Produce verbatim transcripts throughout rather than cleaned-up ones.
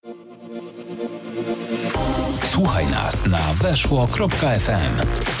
Słuchaj nas na weszło kropka ef em.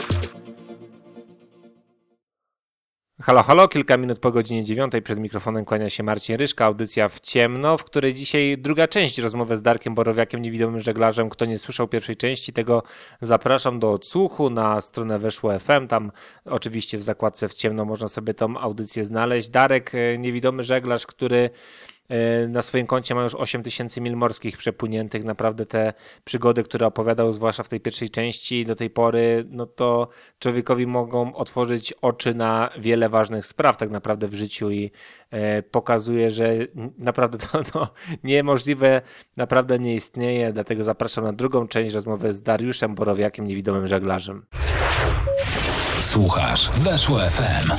Halo, halo, kilka minut po godzinie dziewiątej przed mikrofonem kłania się Marcin Ryszka, audycja W ciemno, w której dzisiaj druga część rozmowy z Darkiem Borowiakiem, niewidomym żeglarzem. Kto nie słyszał pierwszej części, tego zapraszam do odsłuchu na stronę Weszło kropka ef em. Tam oczywiście w zakładce W ciemno można sobie tą audycję znaleźć. Darek, niewidomy żeglarz, który na swoim koncie ma już osiem tysięcy mil morskich przepłyniętych. Naprawdę te przygody, które opowiadał, zwłaszcza w tej pierwszej części do tej pory, no to człowiekowi mogą otworzyć oczy na wiele ważnych spraw tak naprawdę w życiu i e, pokazuje, że naprawdę to no, niemożliwe naprawdę nie istnieje. Dlatego zapraszam na drugą część rozmowy z Dariuszem Borowiakiem, niewidomym żeglarzem. Słuchasz Weszło kropka ef em.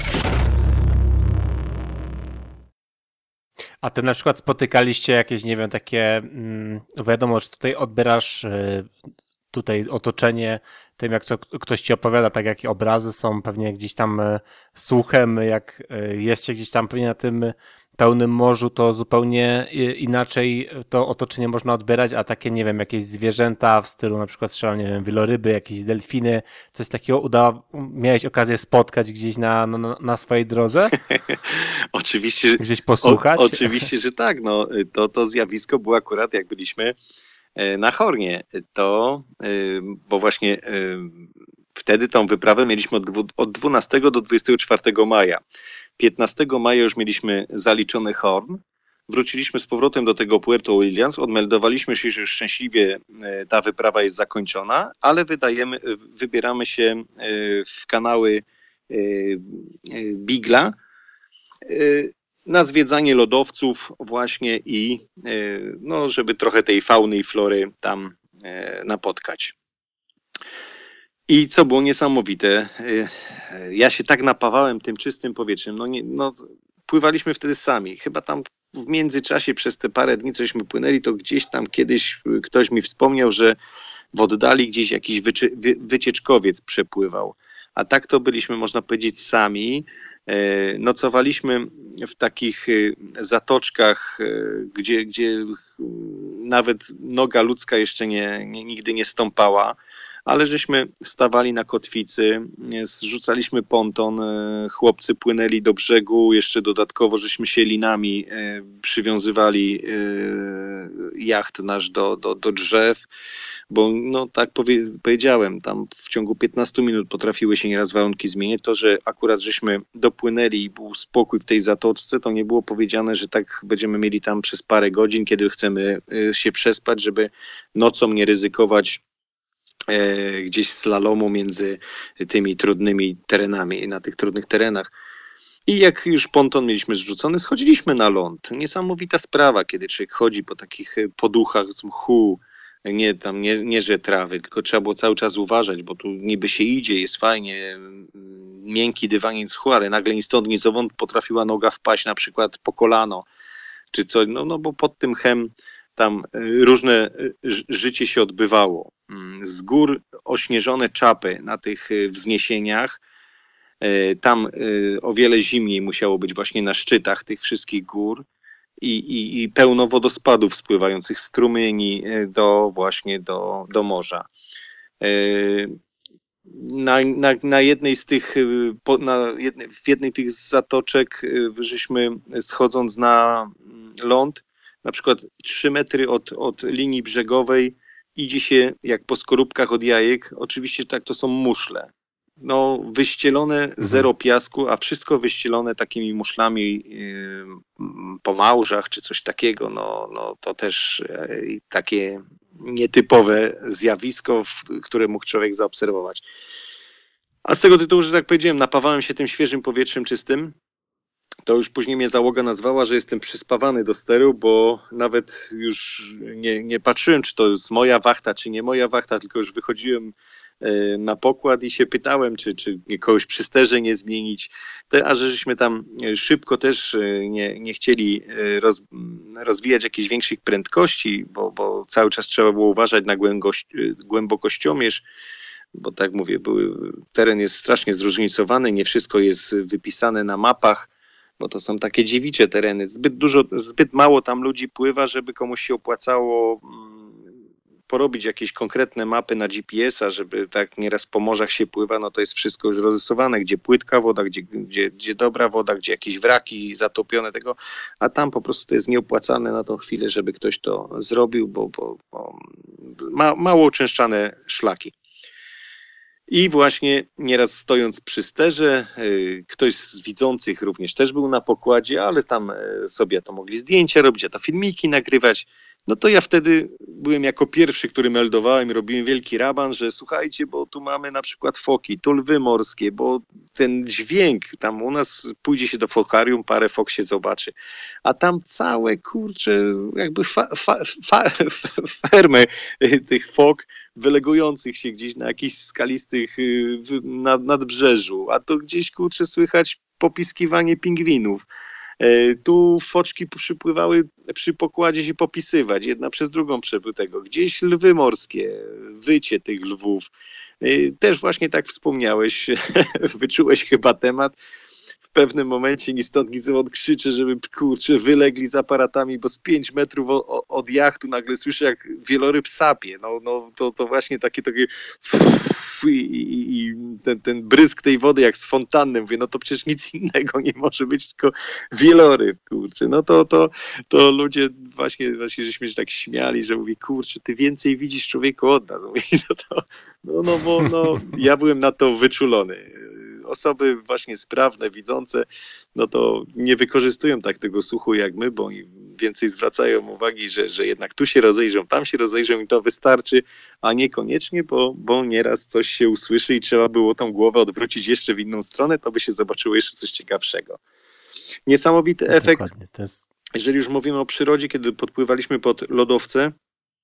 A ty na przykład spotykaliście jakieś, nie wiem, takie, mm, wiadomo, że tutaj odbierasz y, tutaj otoczenie tym, jak to ktoś ci opowiada, tak jakie obrazy są, pewnie gdzieś tam y, słuchem, jak y, jest się gdzieś tam pewnie na tym pełnym morzu, to zupełnie y, inaczej to otoczenie można odbierać, a takie, nie wiem, jakieś zwierzęta w stylu na przykład strzelam, nie wiem, wieloryby, jakieś delfiny, coś takiego udało, miałeś okazję spotkać gdzieś na, na, na swojej drodze? Oczywiście, Gdzieś posłuchać? O, oczywiście, że tak. No, to, to zjawisko było akurat jak byliśmy na Hornie. To, bo właśnie wtedy tą wyprawę mieliśmy od, od dwunastego do dwudziestego czwartego maja. piętnastego maja już mieliśmy zaliczony Horn. Wróciliśmy z powrotem do tego Puerto Williams, odmeldowaliśmy się, że już szczęśliwie ta wyprawa jest zakończona, ale wydajemy, wybieramy się w kanały Bigla na zwiedzanie lodowców właśnie i no, żeby trochę tej fauny i flory tam napotkać. I co było niesamowite, ja się tak napawałem tym czystym powietrzem, no, nie, no pływaliśmy wtedy sami, chyba tam w międzyczasie przez te parę dni cośmy płynęli, to gdzieś tam kiedyś ktoś mi wspomniał, że w oddali gdzieś jakiś wycie, wy, wycieczkowiec przepływał, a tak to byliśmy, można powiedzieć, sami. Nocowaliśmy w takich zatoczkach, gdzie, gdzie nawet noga ludzka jeszcze nie, nie, nigdy nie stąpała, ale żeśmy stawali na kotwicy, zrzucaliśmy ponton, chłopcy płynęli do brzegu, jeszcze dodatkowo żeśmy się linami przywiązywali jacht nasz do, do, do drzew, bo no tak powie, powiedziałem, tam w ciągu piętnastu minut potrafiły się nieraz warunki zmienić. To, że akurat żeśmy dopłynęli i był spokój w tej zatoczce, to nie było powiedziane, że tak będziemy mieli tam przez parę godzin, kiedy chcemy się przespać, żeby nocą nie ryzykować e, gdzieś slalomu między tymi trudnymi terenami, na tych trudnych terenach. I jak już ponton mieliśmy zrzucony, schodziliśmy na ląd. Niesamowita sprawa, kiedy człowiek chodzi po takich poduchach z mchu, nie tam, nie, nie że trawy, tylko trzeba było cały czas uważać, bo tu niby się idzie, jest fajnie, miękki dywanik z mchu, ale nagle ni stąd, ni zowąd potrafiła noga wpaść na przykład po kolano, czy coś, no, no bo pod tym mchem tam różne życie się odbywało. Z gór ośnieżone czapy na tych wzniesieniach, tam o wiele zimniej musiało być właśnie na szczytach tych wszystkich gór. I, i, i pełno wodospadów spływających strumieni do właśnie do, do morza. Na, na, na jednej z tych, na jednej, w jednej z tych zatoczek żeśmy schodząc na ląd, na przykład trzy metry od, od linii brzegowej idzie się jak po skorupkach od jajek. Oczywiście tak, to są muszle. No, wyścielone, zero piasku, a wszystko wyścielone takimi muszlami yy, po małżach czy coś takiego. No, no to też yy, takie nietypowe zjawisko, w, które mógł człowiek zaobserwować. A z tego tytułu, że tak powiedziałem, napawałem się tym świeżym powietrzem czystym. To już później mnie załoga nazwała, że jestem przyspawany do steru, bo nawet już nie, nie patrzyłem, czy to jest moja wachta, czy nie moja wachta, tylko już wychodziłem na pokład i się pytałem, czy, czy kogoś przy sterze nie zmienić. A że żeśmy tam szybko też nie, nie chcieli roz, rozwijać jakichś większych prędkości, bo, bo cały czas trzeba było uważać na głębokość, głębokościomierz, bo tak mówię, były, teren jest strasznie zróżnicowany, nie wszystko jest wypisane na mapach. bo to są takie dziewicze tereny. Zbyt dużo, zbyt mało tam ludzi pływa, żeby komuś się opłacało porobić jakieś konkretne mapy na G P S a, żeby tak nieraz po morzach się pływa, no to jest wszystko już rozrysowane, gdzie płytka woda, gdzie, gdzie, gdzie dobra woda, gdzie jakieś wraki zatopione tego, a tam po prostu to jest nieopłacalne na tą chwilę, żeby ktoś to zrobił, bo, bo, bo ma, mało uczęszczane szlaki. I właśnie nieraz stojąc przy sterze, ktoś z widzących również też był na pokładzie, ale tam sobie to mogli zdjęcia robić, a to filmiki nagrywać. No to ja wtedy byłem jako pierwszy, który meldowałem i robiłem wielki raban, że słuchajcie, bo tu mamy na przykład foki, tu lwy morskie, bo ten dźwięk, tam u nas pójdzie się do fokarium, parę fok się zobaczy, a tam całe, kurcze, jakby fa, fa, fa, fermy tych fok wylegujących się gdzieś na jakichś skalistych nad, nadbrzeżu, a to gdzieś, kurczę, słychać popiskiwanie pingwinów. Tu foczki przypływały przy pokładzie się popisywać, jedna przez drugą przepłytego. Gdzieś lwy morskie, wycie tych lwów. Też właśnie tak wspomniałeś, wyczułeś chyba temat. W pewnym momencie ni stąd, ni zowąd krzyczy, żeby kurczę wylegli z aparatami, bo z pięć metrów od, od jachtu nagle słyszę, jak wieloryb sapie. No, no to, to właśnie takie, takie i, i, i ten, ten brysk tej wody jak z fontanny. Mówię, no to przecież nic innego nie może być, tylko wieloryb, kurczę. No to, to, to ludzie właśnie, właśnie żeśmy się tak śmiali, że mówi, kurczę, ty więcej widzisz człowieku od nas. Mówi, no to, no, no bo no, ja byłem na to wyczulony. Osoby właśnie sprawne, widzące, no to nie wykorzystują tak tego słuchu jak my, bo więcej zwracają uwagi, że, że jednak tu się rozejrzą, tam się rozejrzą i to wystarczy, a niekoniecznie, bo, bo nieraz coś się usłyszy i trzeba było tą głowę odwrócić jeszcze w inną stronę, to by się zobaczyło jeszcze coś ciekawszego. Niesamowity No, efekt, to jest... jeżeli już mówimy o przyrodzie, kiedy podpływaliśmy pod lodowce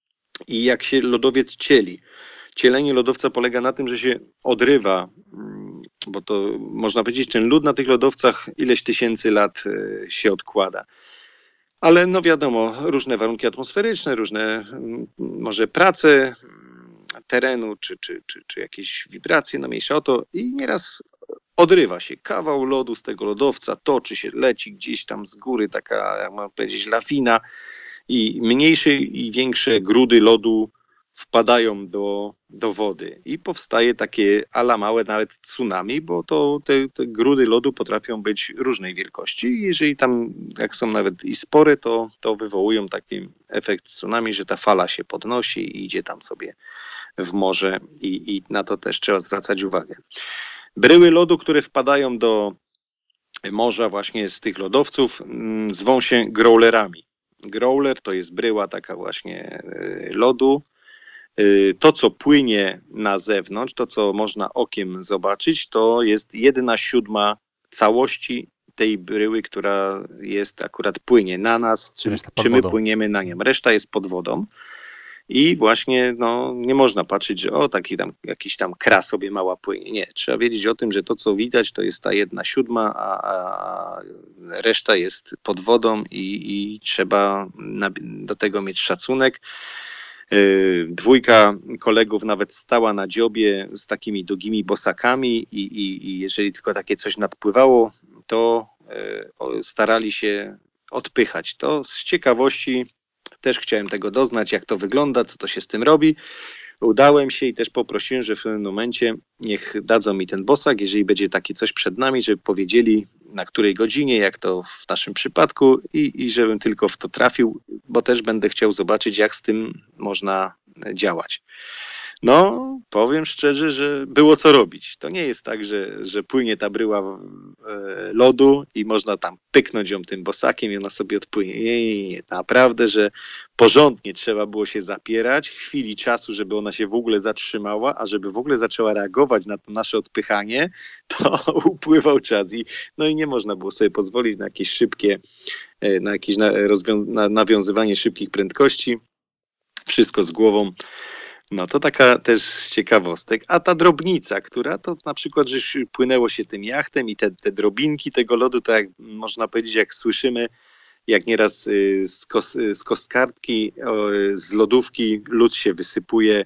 i jak się lodowiec cieli. Cielenie lodowca polega na tym, że się odrywa, bo to można powiedzieć, ten lód na tych lodowcach ileś tysięcy lat się odkłada. Ale no wiadomo, różne warunki atmosferyczne, różne może prace terenu, czy, czy, czy, czy jakieś wibracje, no mniejsza o to i nieraz odrywa się kawał lodu z tego lodowca, toczy się, leci gdzieś tam z góry taka, jak mam powiedzieć, lawina i mniejsze i większe grudy lodu wpadają do, do wody i powstaje takie ala małe nawet tsunami, bo to te, te grudy lodu potrafią być różnej wielkości i jeżeli tam jak są nawet i spore, to, to wywołują taki efekt tsunami, że ta fala się podnosi i idzie tam sobie w morze i, i na to też trzeba zwracać uwagę. Bryły lodu, które wpadają do morza właśnie z tych lodowców, zwą się growlerami. Growler to jest bryła taka właśnie lodu. To, co płynie na zewnątrz, to, co można okiem zobaczyć, to jest jedna siódma całości tej bryły, która jest akurat płynie na nas, czy, czy my płyniemy na nią. Reszta jest pod wodą. I właśnie no, nie można patrzeć, że o, taki tam, jakiś tam kra sobie mała płynie. Nie, trzeba wiedzieć o tym, że to, co widać, to jest ta jedna siódma, a, a reszta jest pod wodą i, i trzeba na, do tego mieć szacunek. Dwójka kolegów nawet stała na dziobie z takimi długimi bosakami i, i, i jeżeli tylko takie coś nadpływało, to starali się odpychać. To z ciekawości też chciałem tego doznać, jak to wygląda, co to się z tym robi. Udałem się i też poprosiłem, że w pewnym momencie niech dadzą mi ten bosak, jeżeli będzie takie coś przed nami, żeby powiedzieli na której godzinie, jak to w naszym przypadku i, i żebym tylko w to trafił, bo też będę chciał zobaczyć, jak z tym można działać. No, powiem szczerze, że było co robić. To nie jest tak, że, że płynie ta bryła lodu i można tam pyknąć ją tym bosakiem i ona sobie odpłynie. Nie, nie, nie. Naprawdę, że porządnie trzeba było się zapierać, chwili czasu, żeby ona się w ogóle zatrzymała, a żeby w ogóle zaczęła reagować na to nasze odpychanie, to upływał czas. I, no i nie można było sobie pozwolić na jakieś szybkie, na jakieś na, rozwią- na nawiązywanie szybkich prędkości. Wszystko z głową. No to taka też z ciekawostek. A ta drobnica, która to na przykład, że płynęło się tym jachtem i te, te drobinki tego lodu, to jak można powiedzieć, jak słyszymy, jak nieraz z, kos, z kostkardki, z lodówki lód się wysypuje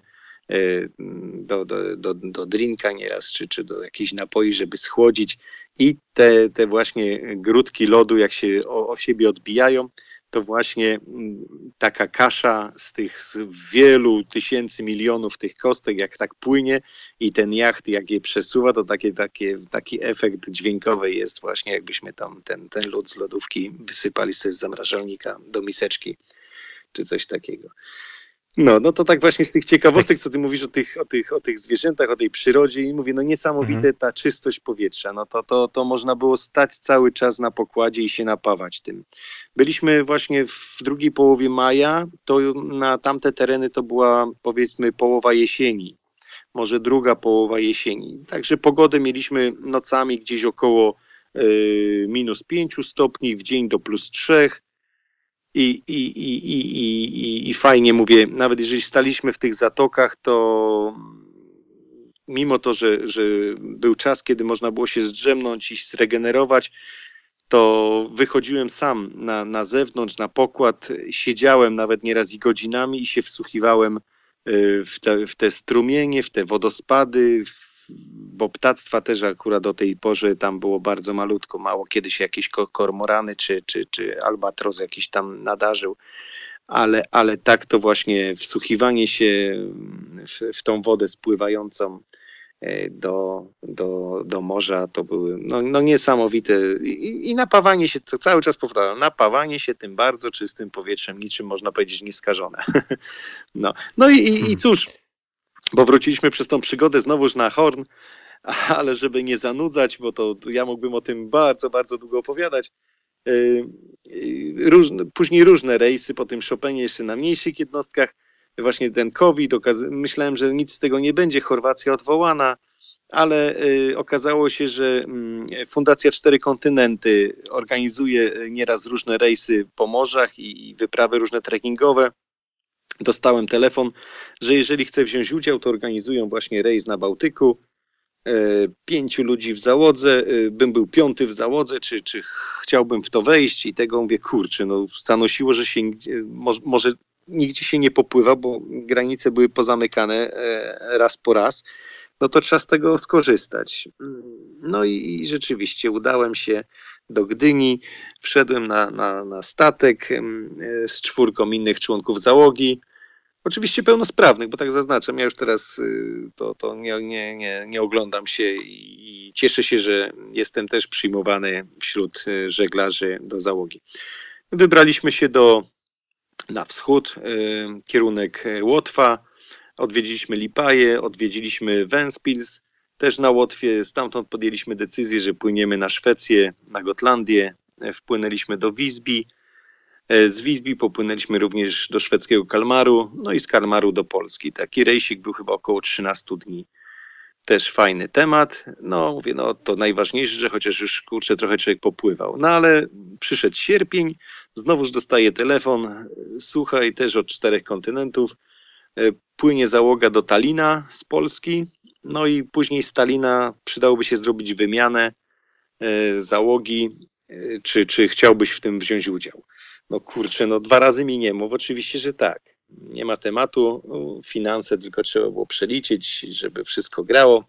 do, do, do, do drinka nieraz, czy, czy do jakichś napoi, żeby schłodzić. I te, te właśnie grudki lodu, jak się o, o siebie odbijają, to właśnie taka kasza z tych z wielu tysięcy, milionów tych kostek, jak tak płynie i ten jacht, jak je przesuwa, to takie, takie, taki efekt dźwiękowy jest właśnie, jakbyśmy tam ten, ten lód z lodówki wysypali sobie z zamrażalnika do miseczki, czy coś takiego. No, no to tak właśnie z tych ciekawostek, co ty mówisz o tych, o tych, o tych zwierzętach, o tej przyrodzie i mówię, no niesamowite mhm. ta czystość powietrza, no to, to, to można było stać cały czas na pokładzie i się napawać tym. Byliśmy właśnie w drugiej połowie maja, to na tamte tereny to była powiedzmy połowa jesieni, może druga połowa jesieni, także pogodę mieliśmy nocami gdzieś około y, minus pięciu stopni, w dzień do plus trzech. I, i, i, i, i, i fajnie mówię, nawet jeżeli staliśmy w tych zatokach, to mimo to, że, że był czas, kiedy można było się zdrzemnąć i zregenerować, to wychodziłem sam na, na zewnątrz, na pokład, siedziałem nawet nieraz i godzinami i się wsłuchiwałem w te, w te strumienie, w te wodospady, w, bo ptactwa też akurat do tej porze tam było bardzo malutko, mało kiedyś jakieś kormorany czy, czy, czy albatros jakiś tam nadarzył, ale, ale tak to właśnie wsłuchiwanie się w, w tą wodę spływającą do, do, do morza to były no, no niesamowite I, i napawanie się, to cały czas powtarzam, napawanie się tym bardzo czystym powietrzem, niczym można powiedzieć nieskażone. No, no i, i, i cóż, bo wróciliśmy przez tą przygodę znowuż na Horn, ale żeby nie zanudzać, bo to ja mógłbym o tym bardzo, bardzo długo opowiadać. Różne, później różne rejsy po tym Chopinie jeszcze na mniejszych jednostkach. Właśnie ten COVID, myślałem, że nic z tego nie będzie, Chorwacja odwołana, ale okazało się, że Fundacja Cztery Kontynenty organizuje nieraz różne rejsy po morzach i wyprawy różne trekkingowe. Dostałem telefon, że jeżeli chcę wziąć udział, to organizują właśnie rejs na Bałtyku. Pięciu ludzi w załodze, bym był piąty w załodze, czy, czy chciałbym w to wejść i tego mówię, kurczę, no zanosiło, że się może nigdzie się nie popływa, bo granice były pozamykane raz po raz, no to trzeba z tego skorzystać. No i, i rzeczywiście udałem się do Gdyni, wszedłem na, na, na statek z czwórką innych członków załogi, oczywiście pełnosprawnych, bo tak zaznaczam, ja już teraz to, to nie, nie, nie, nie oglądam się i cieszę się, że jestem też przyjmowany wśród żeglarzy do załogi. Wybraliśmy się do, na wschód, kierunek Łotwa, odwiedziliśmy Lipaje, odwiedziliśmy Ventspils, też na Łotwie, stamtąd podjęliśmy decyzję, że płyniemy na Szwecję, na Gotlandię, wpłynęliśmy do Visby. Z Visby popłynęliśmy również do szwedzkiego Kalmaru, no i z Kalmaru do Polski. Taki rejsik był chyba około trzynaście dni. Też fajny temat. No mówię, no to najważniejsze, że chociaż już kurczę trochę człowiek popływał. No ale przyszedł sierpień, znowuż dostaję telefon, słuchaj, też od czterech kontynentów. Płynie załoga do Talina z Polski, no i później z Talina przydałoby się zrobić wymianę załogi, czy, czy chciałbyś w tym wziąć udział. No kurczę, no dwa razy mi nie mów, oczywiście, że tak. Nie ma tematu, finanse tylko trzeba było przeliczyć, żeby wszystko grało.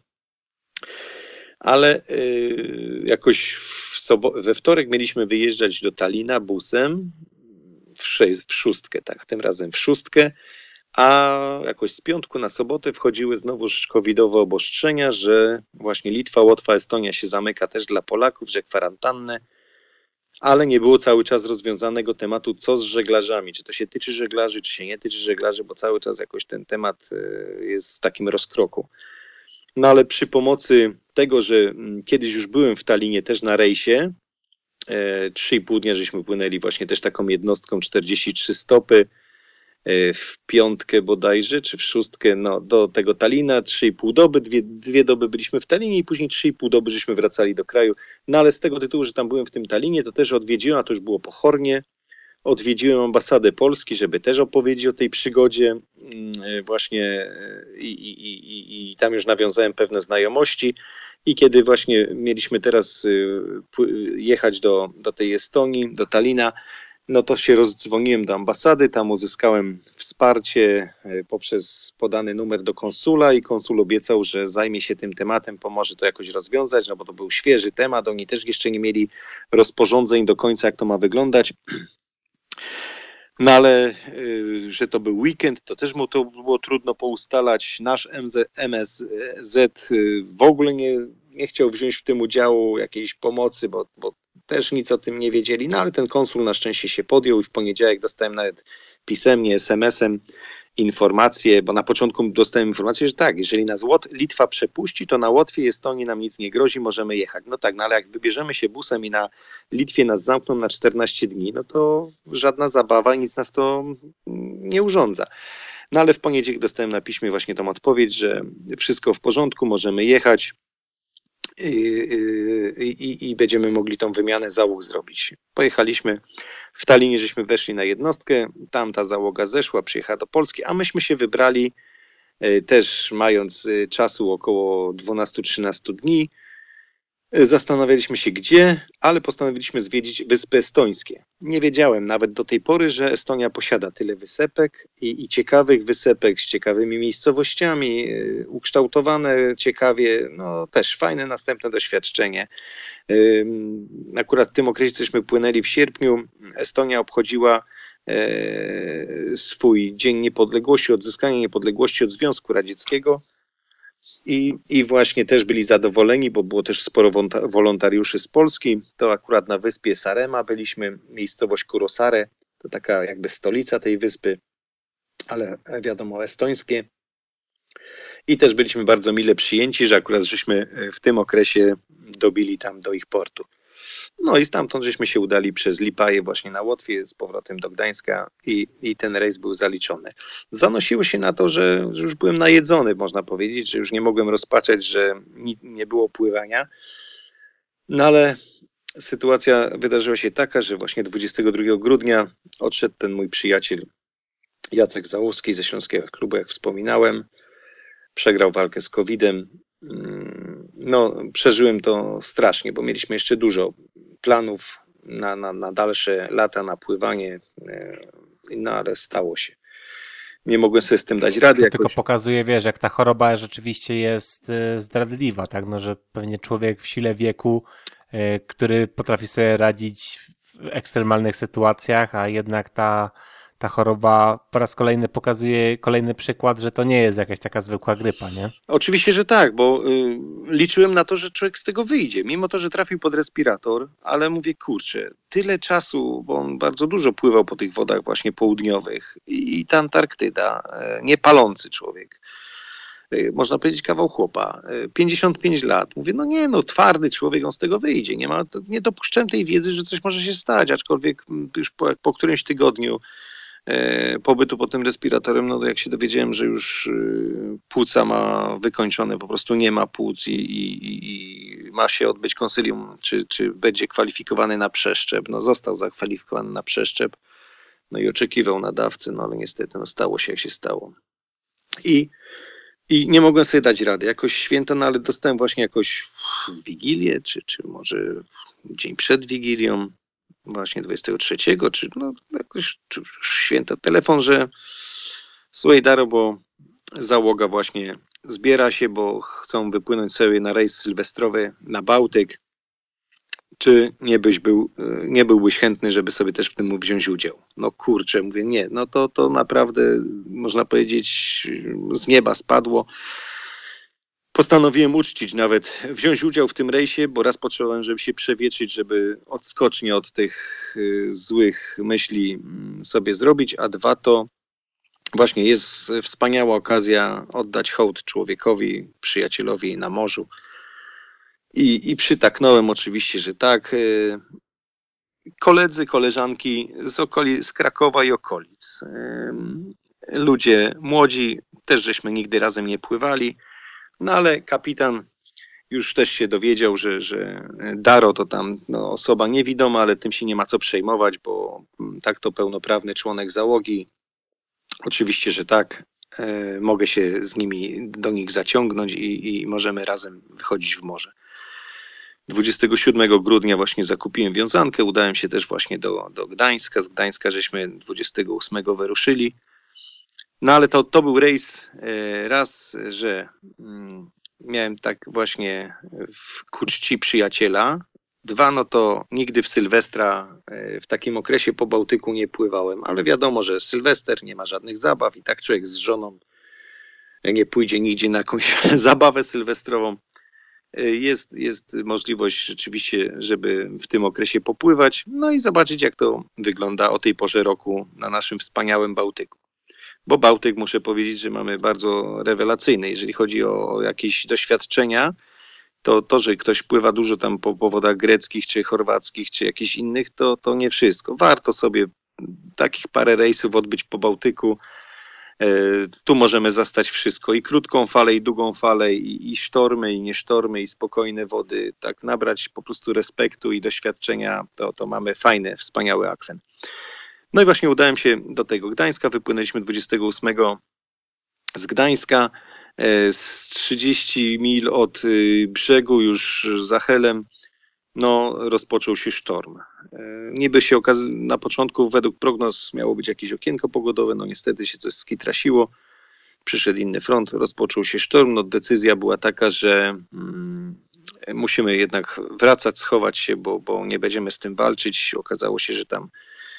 Ale y, jakoś w sobo- we wtorek mieliśmy wyjeżdżać do Talina busem w, sze- w szóstkę, tak, tym razem w szóstkę, a jakoś z piątku na sobotę wchodziły znowuż covidowe obostrzenia, że właśnie Litwa, Łotwa, Estonia się zamyka też dla Polaków, że kwarantannę. Ale nie było cały czas rozwiązanego tematu, co z żeglarzami, czy to się tyczy żeglarzy, czy się nie tyczy żeglarzy, bo cały czas jakoś ten temat jest w takim rozkroku. No ale przy pomocy tego, że kiedyś już byłem w Talinie też na rejsie, trzy i pół dnia żeśmy płynęli właśnie też taką jednostką czterdzieści trzy stopy, w piątkę bodajże, czy w szóstkę no, do tego Talina, trzy i pół doby, dwie, dwie doby byliśmy w Talinie i później trzy i pół doby żeśmy wracali do kraju. No ale z tego tytułu, że tam byłem w tym Talinie, to też odwiedziłem, a to już było po Hornie, odwiedziłem ambasadę Polski, żeby też opowiedzieć o tej przygodzie właśnie i, i, i, i tam już nawiązałem pewne znajomości i kiedy właśnie mieliśmy teraz jechać do, do tej Estonii, do Talina, No to się rozdzwoniłem do ambasady, tam uzyskałem wsparcie poprzez podany numer do konsula i konsul obiecał, że zajmie się tym tematem, pomoże to jakoś rozwiązać, no bo to był świeży temat, oni też jeszcze nie mieli rozporządzeń do końca, jak to ma wyglądać. No ale, że to był weekend, to też mu to było trudno poustalać. Nasz M S Z w ogóle nie, nie chciał wziąć w tym udziału, jakiejś pomocy, bo, bo też nic o tym nie wiedzieli. No ale ten konsul na szczęście się podjął i w poniedziałek dostałem nawet pisemnie, es em esem informację, bo na początku dostałem informację, że tak, jeżeli nas Litwa przepuści, to na Łotwie i Estonii nam nic nie grozi, możemy jechać. No tak, no ale jak wybierzemy się busem i na Litwie nas zamkną na czternaście dni, no to żadna zabawa i nic nas to nie urządza. No ale w poniedziałek dostałem na piśmie właśnie tą odpowiedź, że wszystko w porządku, możemy jechać i, i, i będziemy mogli tą wymianę załóg zrobić. Pojechaliśmy w Tallinie, żeśmy weszli na jednostkę, tam ta załoga zeszła, przyjechała do Polski, a myśmy się wybrali też mając czasu około dwanaście trzynaście dni. Zastanawialiśmy się gdzie, ale postanowiliśmy zwiedzić Wyspy Estońskie. Nie wiedziałem nawet do tej pory, że Estonia posiada tyle wysepek i, i ciekawych wysepek z ciekawymi miejscowościami, yy, ukształtowane ciekawie, no też fajne następne doświadczenie. Yy, akurat w tym okresie, cośmy płynęli w sierpniu, Estonia obchodziła yy, swój Dzień Niepodległości, odzyskania niepodległości od Związku Radzieckiego. I, I właśnie też byli zadowoleni, bo było też sporo wolontariuszy z Polski. To akurat na wyspie Sarema byliśmy, miejscowość Kurosare, to taka jakby stolica tej wyspy, ale wiadomo estońskie. I też byliśmy bardzo mile przyjęci, że akurat żeśmy w tym okresie dobili tam do ich portu. No i stamtąd żeśmy się udali przez Lipaje właśnie na Łotwie z powrotem do Gdańska i, i ten rejs był zaliczony. Zanosiło się na to, że, że już byłem najedzony, można powiedzieć, że już nie mogłem rozpaczać, że nie, nie było pływania. No ale sytuacja wydarzyła się taka, że właśnie dwudziestego drugiego grudnia odszedł ten mój przyjaciel Jacek Załuski ze Śląskiego Klubu, jak wspominałem. Przegrał walkę z kowidem. No, przeżyłem to strasznie, bo mieliśmy jeszcze dużo planów na, na, na dalsze lata, na pływanie, no ale stało się. Nie mogłem sobie z tym dać rady. To jakoś. tylko pokazuje, wiesz, jak ta choroba rzeczywiście jest zdradliwa, tak? No, że pewnie człowiek w sile wieku, który potrafi sobie radzić w ekstremalnych sytuacjach, a jednak ta ta choroba po raz kolejny pokazuje kolejny przykład, że to nie jest jakaś taka zwykła grypa, nie? Oczywiście, że tak, bo y, liczyłem na to, że człowiek z tego wyjdzie, mimo to, że trafił pod respirator, ale mówię, kurczę, tyle czasu, bo on bardzo dużo pływał po tych wodach właśnie południowych i, i ta Antarktyda, y, niepalący człowiek. Y, można powiedzieć kawał chłopa, y, pięćdziesiąt pięć lat. Mówię, no nie, no twardy człowiek, on z tego wyjdzie. Nie ma, to, nie dopuszczałem tej wiedzy, że coś może się stać, aczkolwiek już po, po którymś tygodniu pobytu pod tym respiratorem, no to jak się dowiedziałem, że już płuca ma wykończone, po prostu nie ma płuc i, i, i ma się odbyć konsylium, czy, czy będzie kwalifikowany na przeszczep, no został zakwalifikowany na przeszczep, no i oczekiwał na dawcę, no ale niestety no stało się jak się stało. I, i nie mogłem sobie dać rady, jakoś święta, no ale dostałem właśnie jakoś Wigilię, czy, czy może dzień przed Wigilią, właśnie dwudziestego trzeciego, czy no jakoś czy święta, telefon, że słuchaj Daro, bo załoga właśnie zbiera się, bo chcą wypłynąć sobie na rejs sylwestrowy na Bałtyk. Czy nie, byś był, nie byłbyś chętny, żeby sobie też w tym wziąć udział? No kurczę, mówię nie, no to, to naprawdę można powiedzieć z nieba spadło. Postanowiłem uczcić nawet, wziąć udział w tym rejsie, bo raz potrzebowałem, żeby się przewietrzyć, żeby odskocznie od tych y, złych myśli y, sobie zrobić, a dwa to właśnie jest wspaniała okazja oddać hołd człowiekowi, przyjacielowi na morzu. I, i przytaknąłem oczywiście, że tak. Y, koledzy, koleżanki z, okoli, z Krakowa i okolic. Y, ludzie młodzi, też żeśmy nigdy razem nie pływali. No ale kapitan już też się dowiedział, że, że Daro to tam no, osoba niewidoma, ale tym się nie ma co przejmować, bo tak to pełnoprawny członek załogi. Oczywiście, że tak. E, mogę się z nimi do nich zaciągnąć i, i możemy razem wychodzić w morze. dwudziestego siódmego grudnia właśnie zakupiłem wiązankę, udałem się też właśnie do, do Gdańska. Z Gdańska żeśmy dwudziestego ósmego wyruszyli. No ale to, to był rejs raz, że miałem tak właśnie ku czci przyjaciela. Dwa, no to nigdy w Sylwestra w takim okresie po Bałtyku nie pływałem, ale wiadomo, że Sylwester, nie ma żadnych zabaw i tak człowiek z żoną nie pójdzie nigdzie na jakąś zabawę sylwestrową. Jest, jest możliwość rzeczywiście, żeby w tym okresie popływać, no i zobaczyć, jak to wygląda o tej porze roku na naszym wspaniałym Bałtyku. Bo Bałtyk, muszę powiedzieć, że mamy bardzo rewelacyjny. Jeżeli chodzi o, o jakieś doświadczenia, to to, że ktoś pływa dużo tam po, po wodach greckich, czy chorwackich, czy jakichś innych, to, to nie wszystko. Warto sobie takich parę rejsów odbyć po Bałtyku. Tu możemy zastać wszystko, i krótką falę, i długą falę, i, i sztormy, i nie sztormy, i spokojne wody. Tak nabrać po prostu respektu i doświadczenia, to, to mamy fajny, wspaniały akwen. No i właśnie udałem się do tego Gdańska, wypłynęliśmy dwudziestego ósmego z Gdańska, z trzydziestu mil od brzegu, już za Helem, no rozpoczął się sztorm. Niby się okaz- na początku według prognoz miało być jakieś okienko pogodowe, no niestety się coś skitrasiło, przyszedł inny front, rozpoczął się sztorm, no decyzja była taka, że mm, musimy jednak wracać, schować się, bo, bo nie będziemy z tym walczyć. Okazało się, że tam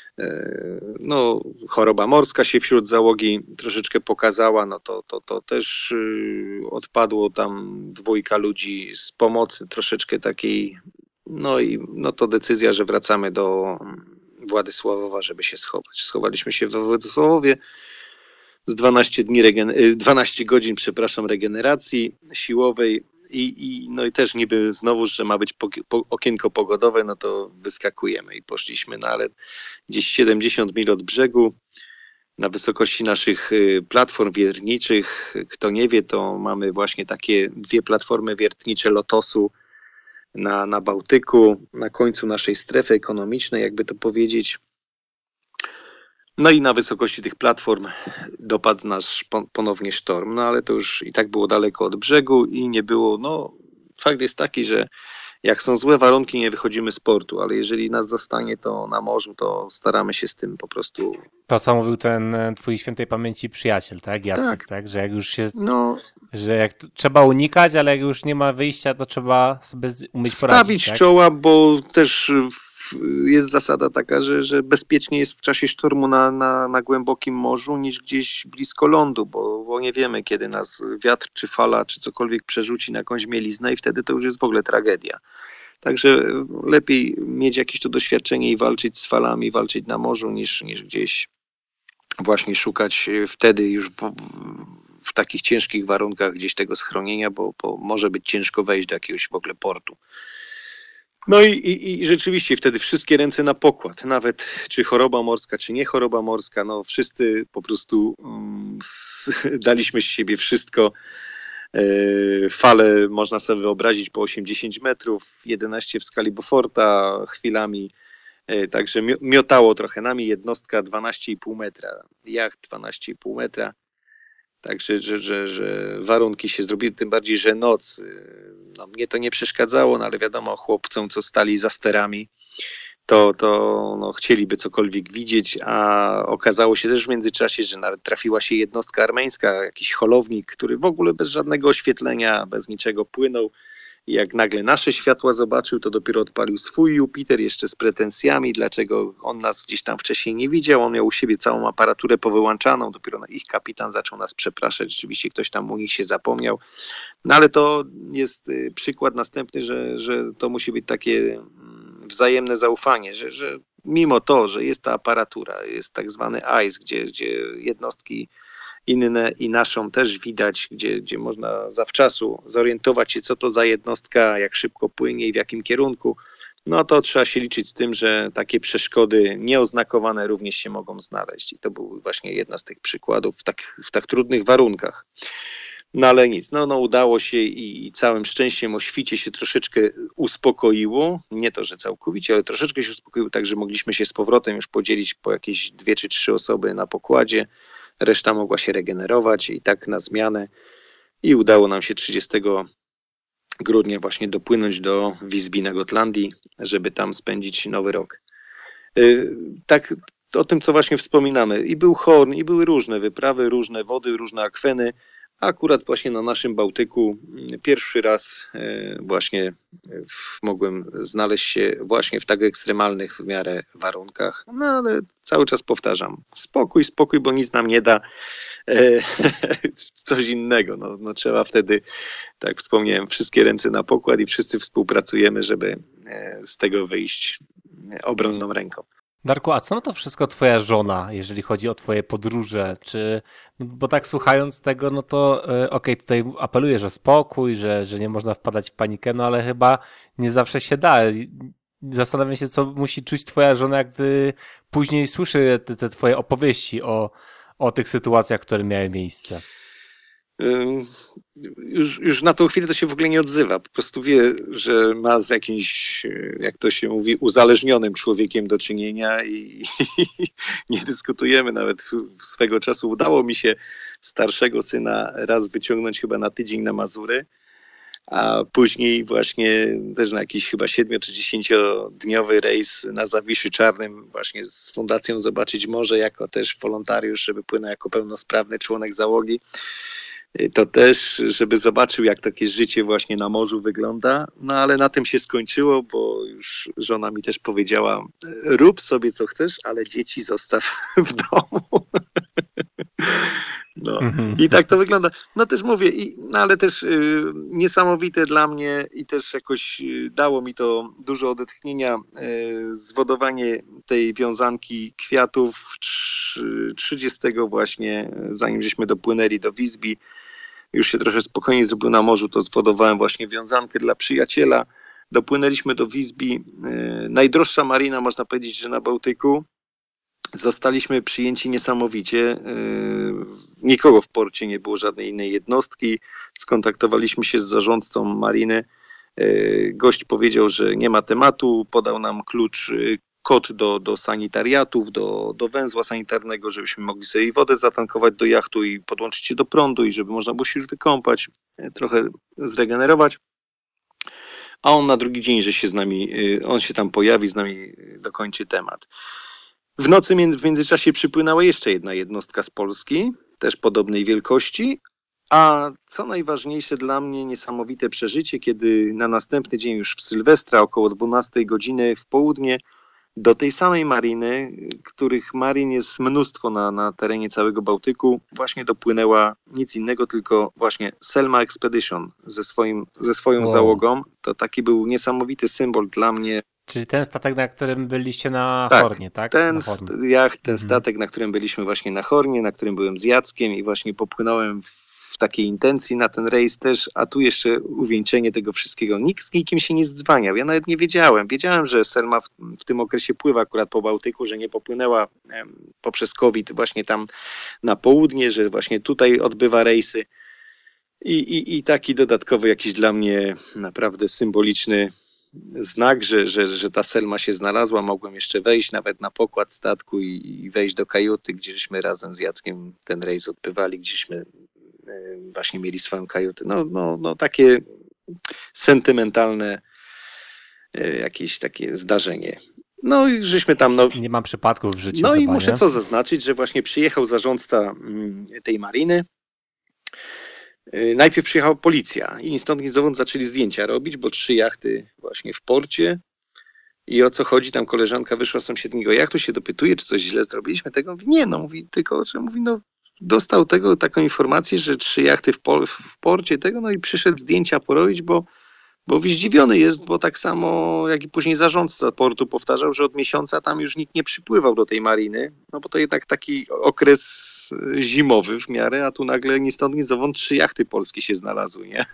no, choroba morska się wśród załogi troszeczkę pokazała, no to, to, to też odpadło tam dwójka ludzi z pomocy troszeczkę takiej, no i no to decyzja, że wracamy do Władysławowa, żeby się schować. Schowaliśmy się w Władysławowie z dwanaście dni, regen- dwanaście godzin, przepraszam, regeneracji siłowej. I, i, no i też niby znowu, że ma być po, po, okienko pogodowe, no to wyskakujemy i poszliśmy, no ale gdzieś siedemdziesiąt mil od brzegu, na wysokości naszych platform wiertniczych. Kto nie wie, to mamy właśnie takie dwie platformy wiertnicze Lotosu na, na Bałtyku, na końcu naszej strefy ekonomicznej, jakby to powiedzieć. No i na wysokości tych platform dopadł nas ponownie sztorm, no ale to już i tak było daleko od brzegu i nie było, no fakt jest taki, że jak są złe warunki, nie wychodzimy z portu, ale jeżeli nas zostanie to na morzu, to staramy się z tym po prostu... To co mówił ten twój świętej pamięci przyjaciel, tak? Jacek, tak? tak? Że jak już się... No, że jak trzeba unikać, ale jak już nie ma wyjścia, to trzeba sobie umieć poradzić, stawić tak? czoła, bo też jest zasada taka, że, że bezpiecznie jest w czasie sztormu na, na, na głębokim morzu niż gdzieś blisko lądu, bo, bo nie wiemy, kiedy nas wiatr, czy fala, czy cokolwiek przerzuci na jakąś mieliznę i wtedy to już jest w ogóle tragedia. Także lepiej mieć jakieś to doświadczenie i walczyć z falami, walczyć na morzu, niż, niż gdzieś właśnie szukać wtedy już w, w takich ciężkich warunkach gdzieś tego schronienia, bo, bo może być ciężko wejść do jakiegoś w ogóle portu. No i, i, i rzeczywiście wtedy wszystkie ręce na pokład, nawet czy choroba morska, czy nie choroba morska, no wszyscy po prostu um, s, daliśmy z siebie wszystko. E, fale można sobie wyobrazić po osiemdziesiąt metrów, jedenaście w skali Beauforta chwilami, e, także miotało trochę nami, jednostka dwanaście i pół metra, jacht dwanaście i pół metra. Także, że, że, że warunki się zrobiły, tym bardziej, że noc, no mnie to nie przeszkadzało, no ale wiadomo, chłopcom, co stali za sterami, to, to no, chcieliby cokolwiek widzieć, a okazało się też w międzyczasie, że nawet trafiła się jednostka armeńska, jakiś holownik, który w ogóle bez żadnego oświetlenia, bez niczego płynął. I jak nagle nasze światła zobaczył, to dopiero odpalił swój Jupiter jeszcze z pretensjami, dlaczego on nas gdzieś tam wcześniej nie widział. On miał u siebie całą aparaturę powyłączaną, dopiero ich kapitan zaczął nas przepraszać. Rzeczywiście ktoś tam u nich się zapomniał. No ale to jest przykład następny, że, że to musi być takie wzajemne zaufanie, że, że mimo to, że jest ta aparatura, jest tak zwany ice, gdzie, gdzie jednostki inne i naszą też widać, gdzie, gdzie można zawczasu zorientować się, co to za jednostka, jak szybko płynie i w jakim kierunku, no to trzeba się liczyć z tym, że takie przeszkody nieoznakowane również się mogą znaleźć. I to był właśnie jedna z tych przykładów w tak, w tak trudnych warunkach. No ale nic, no, no udało się i, i całym szczęściem o świcie się troszeczkę uspokoiło. Nie to, że całkowicie, ale troszeczkę się uspokoiło, tak że mogliśmy się z powrotem już podzielić po jakieś dwie czy trzy osoby na pokładzie. Reszta mogła się regenerować i tak na zmianę i udało nam się trzydziestego grudnia właśnie dopłynąć do Visby na Gotlandii, żeby tam spędzić nowy rok. Y, Tak o tym, co właśnie wspominamy. I był Horn, i były różne wyprawy, różne wody, różne akweny. A akurat właśnie na naszym Bałtyku y, pierwszy raz y, właśnie y, mogłem znaleźć się właśnie w tak ekstremalnych w miarę warunkach. No ale cały czas powtarzam, spokój, spokój, bo nic nam nie da. E, Coś innego. No, no trzeba wtedy, tak wspomniałem, wszystkie ręce na pokład i wszyscy współpracujemy, żeby e, z tego wyjść e, obronną ręką. Darku, a co na to wszystko twoja żona, jeżeli chodzi o twoje podróże? Czy, no bo tak słuchając tego, no to e, okej, tutaj apelujesz o spokój, że, że nie można wpadać w panikę, no ale chyba nie zawsze się da. I Zastanawiam się, co musi czuć twoja żona, jak gdy później słyszy te, te twoje opowieści o, o tych sytuacjach, które miały miejsce. Ym, Już, już na tą chwilę to się w ogóle nie odzywa. Po prostu wie, że ma z jakimś, e, jak to się mówi, uzależnionym człowiekiem do czynienia i, i nie dyskutujemy. Nawet swego czasu udało mi się starszego syna raz wyciągnąć chyba na tydzień na Mazury, a później właśnie też na jakiś chyba siedmiu czy dziesięciodniowy rejs na Zawiszu Czarnym właśnie z Fundacją Zobaczyć Morze jako też wolontariusz, żeby płynął jako pełnosprawny członek załogi. To też, żeby zobaczył, jak takie życie właśnie na morzu wygląda. No ale na tym się skończyło, bo już żona mi też powiedziała, rób sobie co chcesz, ale dzieci zostaw w domu. No Mhm. i tak to wygląda. No też mówię, i, no ale też y, niesamowite dla mnie i też jakoś y, dało mi to dużo odetchnienia, y, zwodowanie tej wiązanki kwiatów trzy- trzydziestego właśnie, zanim żeśmy dopłynęli do Visby. Już się trochę spokojniej zrobił na morzu, to zwodowałem właśnie wiązankę dla przyjaciela. Dopłynęliśmy do Visby. Y, najdroższa marina, można powiedzieć, że na Bałtyku. Zostaliśmy przyjęci niesamowicie. Yy, Nikogo w porcie nie było, żadnej innej jednostki. Skontaktowaliśmy się z zarządcą mariny. Yy, Gość powiedział, że nie ma tematu. Podał nam klucz, yy, kod do, do sanitariatów, do, do węzła sanitarnego, żebyśmy mogli sobie wodę zatankować do jachtu i podłączyć się do prądu i żeby można było się już wykąpać, yy, trochę zregenerować. A on na drugi dzień, że się z nami, yy, on się tam pojawi, z nami yy, dokończy temat. W nocy między, w międzyczasie przypłynęła jeszcze jedna jednostka z Polski, też podobnej wielkości, a co najważniejsze dla mnie, niesamowite przeżycie, kiedy na następny dzień już w Sylwestra około dwunastej godziny w południe do tej samej mariny, których marin jest mnóstwo na, na terenie całego Bałtyku, właśnie dopłynęła nic innego, tylko właśnie Selma Expedition ze, swoim, ze swoją Wow. załogą. To taki był niesamowity symbol dla mnie. Czyli ten statek, na którym byliście na Tak, Hornie, tak? Ten Na Horn. st- jacht, ten Mhm. statek, na którym byliśmy właśnie na Hornie, na którym byłem z Jackiem i właśnie popłynąłem w takiej intencji na ten rejs też, a tu jeszcze uwieńczenie tego wszystkiego. Nikt z nikim się nie zdzwaniał, ja nawet nie wiedziałem. Wiedziałem, że Selma w, w tym okresie pływa akurat po Bałtyku, że nie popłynęła em, poprzez COVID właśnie tam na południe, że właśnie tutaj odbywa rejsy. I, i, I taki dodatkowy jakiś dla mnie naprawdę symboliczny znak, że, że, że ta Selma się znalazła. Mogłem jeszcze wejść nawet na pokład statku i, i wejść do kajuty, gdzieśmy razem z Jackiem ten rejs odbywali, gdzieśmy e, właśnie mieli swoją kajutę. No, no, no takie sentymentalne e, jakieś takie zdarzenie. No i żeśmy tam... No, Nie mam przypadków w życiu no i chyba, muszę nie? co zaznaczyć, że właśnie przyjechał zarządca mm, tej mariny. Yy, Najpierw przyjechała policja i stąd nie stąd zaczęli zdjęcia robić, bo trzy jachty właśnie w porcie. I o co chodzi? Tam koleżanka wyszła z sąsiedniego jachtu, się dopytuje, czy coś źle zrobiliśmy. Tego mówi, nie, no mówi, tylko że mówi, no dostał tego taką informację, że trzy jachty w, por- w porcie tego, no i przyszedł zdjęcia porobić, bo Bo zdziwiony jest, bo tak samo jak i później zarządca portu powtarzał, że od miesiąca tam już nikt nie przypływał do tej mariny, no bo to jednak taki okres zimowy w miarę, a tu nagle ni stąd ni zowąd trzy jachty polskie się znalazły, nie?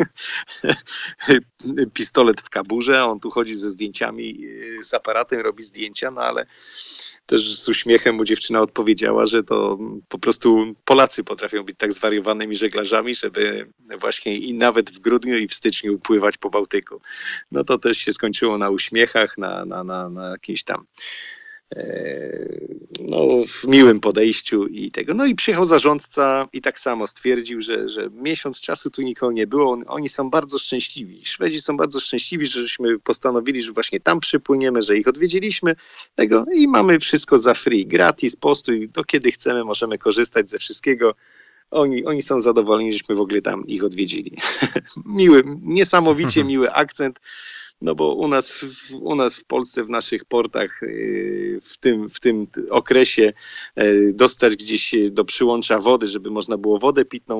Pistolet w kaburze, a on tu chodzi ze zdjęciami, z aparatem robi zdjęcia, no ale też z uśmiechem mu dziewczyna odpowiedziała, że to po prostu Polacy potrafią być tak zwariowanymi żeglarzami, żeby właśnie i nawet w grudniu i w styczniu pływać po Bałtyku. No to też się skończyło na uśmiechach, na, na, na, na jakiejś tam no, w miłym podejściu i tego. No i przyjechał zarządca i tak samo stwierdził, że, że miesiąc czasu tu nikogo nie było. Oni są bardzo szczęśliwi. Szwedzi są bardzo szczęśliwi, że żeśmy postanowili, że właśnie tam przypłyniemy, że ich odwiedziliśmy tego i mamy wszystko za free, gratis, postój, do kiedy chcemy, możemy korzystać ze wszystkiego. Oni, oni są zadowoleni, żeśmy w ogóle tam ich odwiedzili. Miły, niesamowicie miły akcent. No bo u nas, w, u nas w Polsce, w naszych portach w tym, w tym okresie dostać gdzieś do przyłącza wody, żeby można było wodę pitną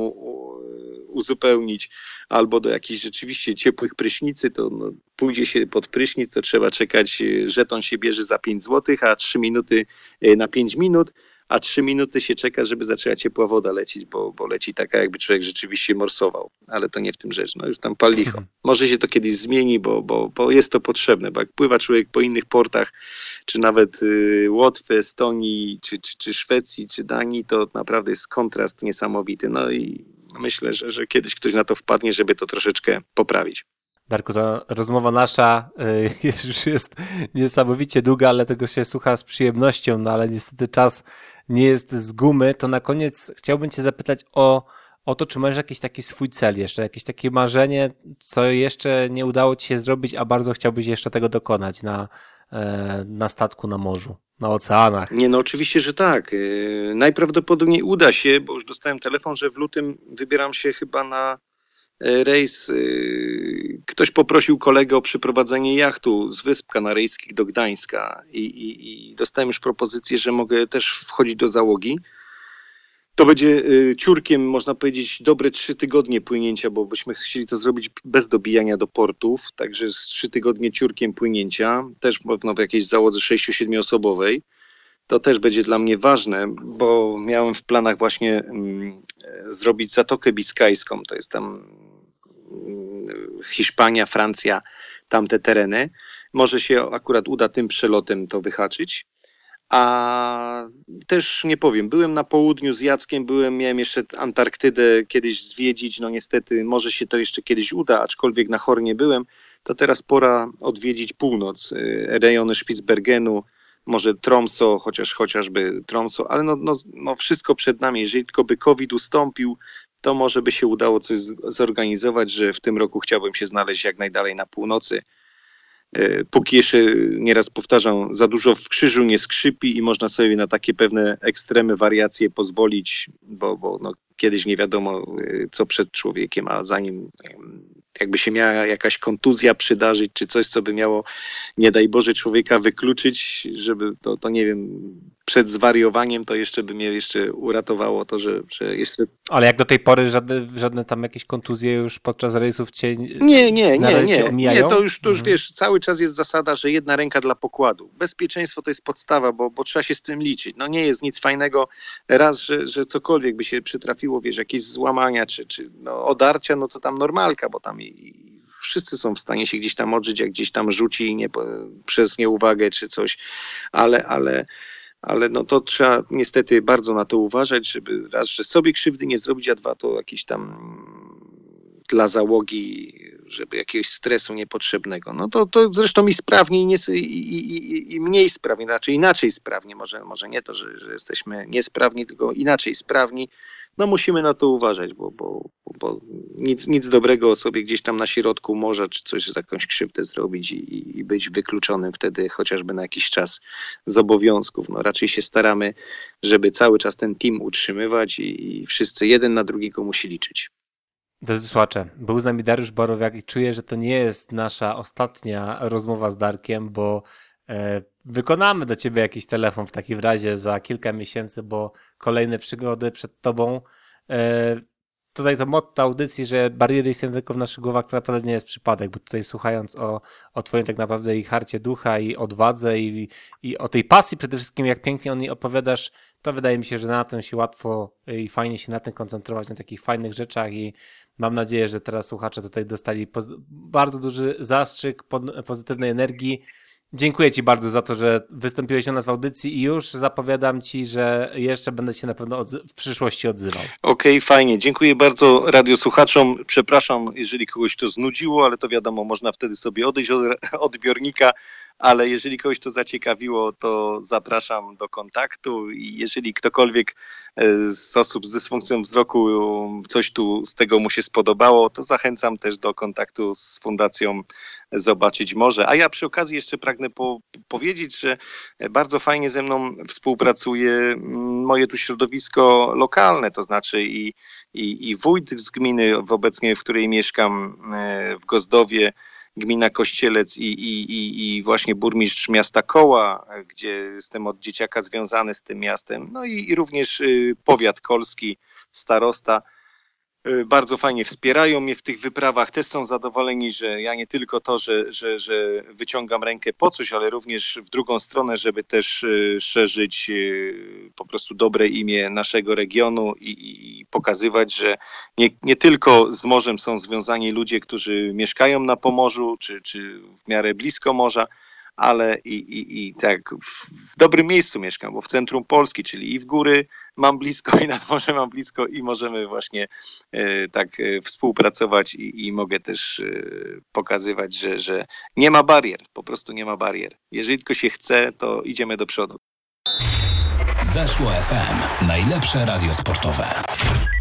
uzupełnić, albo do jakichś rzeczywiście ciepłych prysznicy, to no, pójdzie się pod prysznic, to trzeba czekać, żeton się bierze za pięć złotych, a trzy minuty na pięć minut. A trzy minuty się czeka, żeby zaczęła ciepła woda lecieć, bo, bo leci taka, jakby człowiek rzeczywiście morsował. Ale to nie w tym rzecz. No już tam pal licho. Może się to kiedyś zmieni, bo, bo, bo jest to potrzebne, bo jak pływa człowiek po innych portach, czy nawet y, Łotwy, Estonii, czy, czy, czy Szwecji, czy Danii, to naprawdę jest kontrast niesamowity. No i myślę, że, że kiedyś ktoś na to wpadnie, żeby to troszeczkę poprawić. Darku, ta rozmowa nasza y, już jest niesamowicie długa, ale tego się słucha z przyjemnością, no ale niestety czas nie jest z gumy. To na koniec chciałbym cię zapytać o, o to, czy masz jakiś taki swój cel jeszcze, jakieś takie marzenie, co jeszcze nie udało ci się zrobić, a bardzo chciałbyś jeszcze tego dokonać na, na statku, na morzu, na oceanach. Nie, no oczywiście, że tak. Najprawdopodobniej uda się, bo już dostałem telefon, że w lutym wybieram się chyba na rejs. Ktoś poprosił kolegę o przyprowadzenie jachtu z Wysp Kanaryjskich do Gdańska i, i, i dostałem już propozycję, że mogę też wchodzić do załogi. To będzie ciurkiem, można powiedzieć, dobre trzy tygodnie płynięcia, bo byśmy chcieli to zrobić bez dobijania do portów, także z trzy tygodnie ciurkiem płynięcia, też pewno w jakiejś załodze sześciu siedmiu osobowej. To też będzie dla mnie ważne, bo miałem w planach właśnie mm, zrobić Zatokę Biskajską, to jest tam mm, Hiszpania, Francja, tamte tereny. Może się akurat uda tym przelotem to wyhaczyć. A też nie powiem, byłem na południu z Jackiem, byłem, miałem jeszcze Antarktydę kiedyś zwiedzić, no niestety może się to jeszcze kiedyś uda, aczkolwiek na Hornie byłem, to teraz pora odwiedzić północ, rejony Spitsbergenu, może Tromso, chociaż chociażby Tromso, ale no, no, no wszystko przed nami. Jeżeli tylko by COVID ustąpił, to może by się udało coś zorganizować, że w tym roku chciałbym się znaleźć jak najdalej na północy. Póki jeszcze, nieraz powtarzam, za dużo w krzyżu nie skrzypi i można sobie na takie pewne ekstremy, wariacje pozwolić, bo, bo no, kiedyś nie wiadomo, co przed człowiekiem, a zanim jakby się miała jakaś kontuzja przydarzyć, czy coś, co by miało, nie daj Boże, człowieka wykluczyć, żeby to, to nie wiem, przed zwariowaniem, to jeszcze by mnie jeszcze uratowało to, że, że jeszcze... Ale jak do tej pory żadne, żadne tam jakieś kontuzje już podczas rejsów cię nie, nie, nie, nie, omijają? nie, to już, to już mhm. wiesz, cały czas jest zasada, że jedna ręka dla pokładu. Bezpieczeństwo to jest podstawa, bo, bo trzeba się z tym liczyć. No nie jest nic fajnego raz, że, że cokolwiek by się przytrafiło, wiesz, jakieś złamania, czy, czy no, odarcia, no to tam normalka, bo tam i, i wszyscy są w stanie się gdzieś tam odżyć, jak gdzieś tam rzuci nie, przez nieuwagę, czy coś, ale, ale Ale no to trzeba niestety bardzo na to uważać, żeby raz, że sobie krzywdy nie zrobić, a dwa, to jakiś tam dla załogi, żeby jakiegoś stresu niepotrzebnego. No to, to zresztą i sprawniej nie, i, i, i mniej sprawnie, znaczy inaczej sprawnie, może, może nie to, że, że jesteśmy niesprawni, tylko inaczej sprawni. No musimy na to uważać, bo, bo, bo nic, nic dobrego sobie gdzieś tam na środku morza czy coś za jakąś krzywdę zrobić i, i być wykluczonym wtedy chociażby na jakiś czas z obowiązków. No raczej się staramy, żeby cały czas ten team utrzymywać i, i wszyscy jeden na drugiego musi liczyć. Drodzy słuchacze, był z nami Dariusz Borowiak i czuję, że to nie jest nasza ostatnia rozmowa z Darkiem, bo e, wykonamy do ciebie jakiś telefon w takim razie za kilka miesięcy, bo kolejne przygody przed tobą. E, tutaj to motto audycji, że bariery istnieją tylko w naszych głowach, to naprawdę nie jest przypadek, bo tutaj słuchając o, o twoim tak naprawdę i harcie ducha i odwadze i, i o tej pasji przede wszystkim, jak pięknie o niej opowiadasz, to wydaje mi się, że na tym się łatwo i fajnie się na tym koncentrować, na takich fajnych rzeczach i mam nadzieję, że teraz słuchacze tutaj dostali poz- bardzo duży zastrzyk pod- pozytywnej energii. Dziękuję ci bardzo za to, że wystąpiłeś u nas w audycji i już zapowiadam ci, że jeszcze będę się na pewno odzy- w przyszłości odzywał. Okej, okay, fajnie. Dziękuję bardzo radiosłuchaczom. Przepraszam, jeżeli kogoś to znudziło, ale to wiadomo, można wtedy sobie odejść od odbiornika, ale jeżeli kogoś to zaciekawiło, to zapraszam do kontaktu i jeżeli ktokolwiek z osób z dysfunkcją wzroku coś tu z tego mu się spodobało, to zachęcam też do kontaktu z Fundacją Zobaczyć Może. A ja przy okazji jeszcze pragnę po, powiedzieć, że bardzo fajnie ze mną współpracuje moje tu środowisko lokalne, to znaczy i, i, i wójt z gminy w obecnie, w której mieszkam w Gozdowie, gmina Kościelec i, i, i, i właśnie burmistrz miasta Koła, gdzie jestem od dzieciaka związany z tym miastem, no i, i również powiat kolski, starosta. Bardzo fajnie wspierają mnie w tych wyprawach, też są zadowoleni, że ja nie tylko to, że, że, że wyciągam rękę po coś, ale również w drugą stronę, żeby też szerzyć po prostu dobre imię naszego regionu i, i pokazywać, że nie, nie tylko z morzem są związani ludzie, którzy mieszkają na Pomorzu, czy, czy w miarę blisko morza, ale i, i, i tak w, w dobrym miejscu mieszkam, bo w centrum Polski, czyli i w góry mam blisko, i nad morze mam blisko i możemy właśnie e, tak e, współpracować i, i mogę też e, pokazywać, że, że nie ma barier, po prostu nie ma barier. Jeżeli tylko się chce, to idziemy do przodu. Weszło F M. Najlepsze radio sportowe.